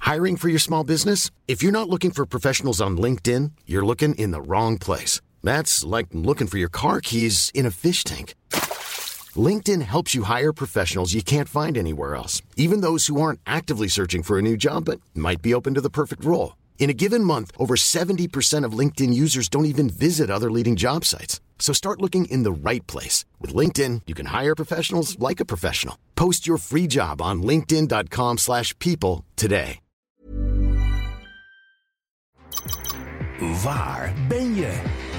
Hiring for your small business? If you're not looking for professionals on LinkedIn, you're looking in the wrong place. That's like looking for your car keys in a fish tank. LinkedIn helps you hire professionals you can't find anywhere else, even those who aren't actively searching for a new job but might be open to the perfect role. In a given month, over 70% of LinkedIn users don't even visit other leading job sites. So start looking in the right place. With LinkedIn, you can hire professionals like a professional. Post your free job on linkedin.com/people today. Waar ben je?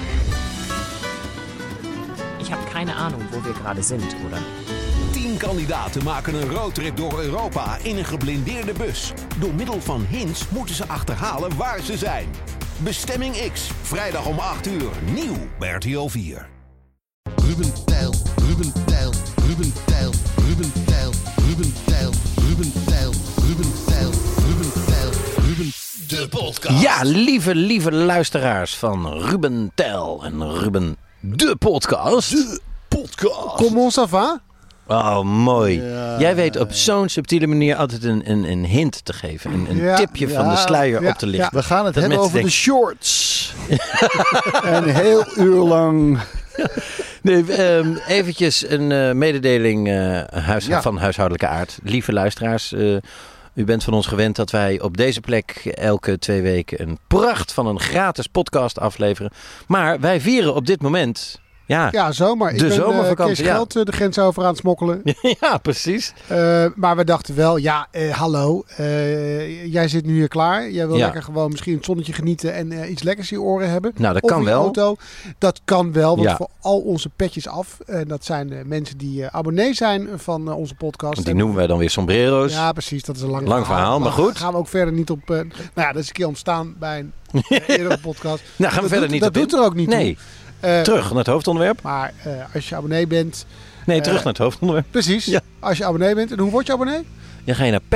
Ich habe keine Ahnung, wo wir gerade sind, oder? 10 kandidaten maken een roadtrip door Europa in een geblindeerde bus. Door middel van hints moeten ze achterhalen waar ze zijn. Bestemming X, vrijdag om 8 uur, nieuw bij RTL 4. Ruben Tijl, Ruben Tijl, Ruben Tijl, Ruben Tijl, Ruben Tijl, Ruben Tijl, Ruben Tijl, Ruben Tijl, Ruben. De podcast. Ja, lieve luisteraars van Ruben Tijl en Ruben de podcast. De podcast. Comment ça va? Oh, mooi. Ja. Jij weet op zo'n subtiele manier altijd een hint te geven. Een tipje van de sluier op te lichten. We gaan het Dat hebben over denken, de shorts. Een heel uur lang. Nee, eventjes een mededeling van huishoudelijke aard. Lieve luisteraars, u bent van ons gewend dat wij op deze plek elke 2 weken een pracht van een gratis podcast afleveren. Maar wij vieren op dit moment... Ja, zomer. Ik ben zomervakantie, Kees Geld de grens over aan het smokkelen. Ja, precies. Maar we dachten wel, hallo, jij zit nu hier klaar. Jij wil lekker gewoon misschien het zonnetje genieten en iets lekkers in je oren hebben. Nou, dat of kan in je wel. Auto. Dat kan wel, want voor al onze petjes af. Dat zijn mensen die abonnee zijn van onze podcast. Die noemen wij dan weer sombrero's. Ja, precies. Dat is een lang verhaal, maar goed. Gaan we ook verder niet op... dat is een keer ontstaan bij een eerdere podcast. Nou, gaan we verder niet op in. Dat doet er ook niet toe. Terug naar het hoofdonderwerp. Maar als je abonnee bent... Nee, terug naar het hoofdonderwerp. Precies. Ja. Als je abonnee bent. En hoe word je abonnee? Dan ga je naar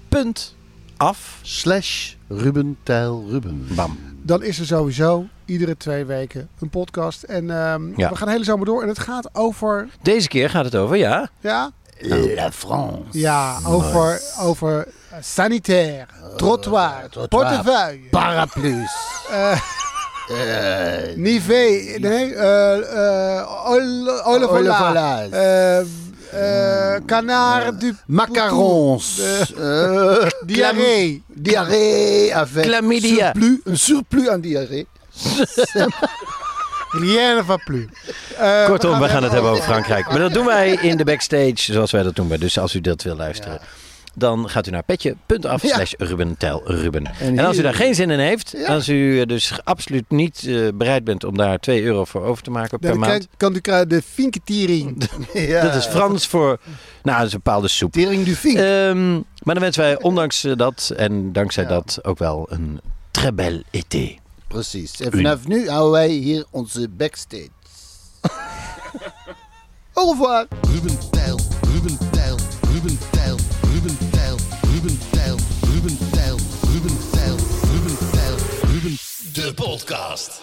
petje.af/ Ruben Tijl Ruben. Bam. Dan is er sowieso iedere 2 weken een podcast. En we gaan de hele zomer door. En het gaat over... Deze keer gaat het over, ja? Ja? La France. Ja, over sanitaire, trottoir, portefeuille. Paraplu's. Nivet, olievolage, canard du Macarons. diarrhee. Diarrhee avec Chlamydia. un surplus aan diarrhee. Rien ne va plus. Kortom, we gaan het hebben over Frankrijk. Maar dat doen wij in de backstage, zoals wij dat doen. Dus als u dat wil luisteren, dan gaat u naar petje.af/Ruben Tijl Ruben. En als u daar geen zin in heeft, als u dus absoluut niet bereid bent om daar €2 voor over te maken per maand. Kan u krijgen de vinketiering. Dat is Frans voor, dat is een bepaalde soep. Tering du fink. Maar dan wensen wij ondanks dat en dankzij dat ook wel een très bel été. Precies. En vanaf nu houden wij hier onze backstage. Au revoir. Ruben Tijl, Ruben Tijl, Ruben Tijl, Ruben Tijl, Ruben Tijl, Ruben Tijl, Ruben Tijl, Ruben Tijl, Ruben. De podcast.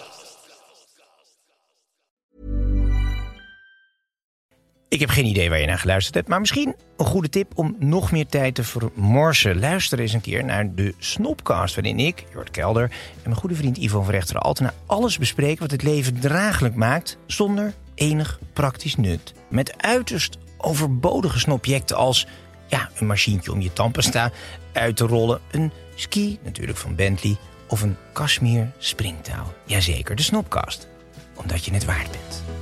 Ik heb geen idee waar je naar geluisterd hebt, maar misschien een goede tip om nog meer tijd te vermorsen. Luister eens een keer naar de Snopcast, waarin ik, Jort Kelder, en mijn goede vriend Ivo van Rechteren Altena alles bespreken wat het leven draaglijk maakt, zonder enig praktisch nut. Met uiterst overbodige snobjecten als een machientje om je tandpasta uit te rollen, een ski, natuurlijk van Bentley, of een Kashmir springtouw. Jazeker, de Snopcast. Omdat je het waard bent.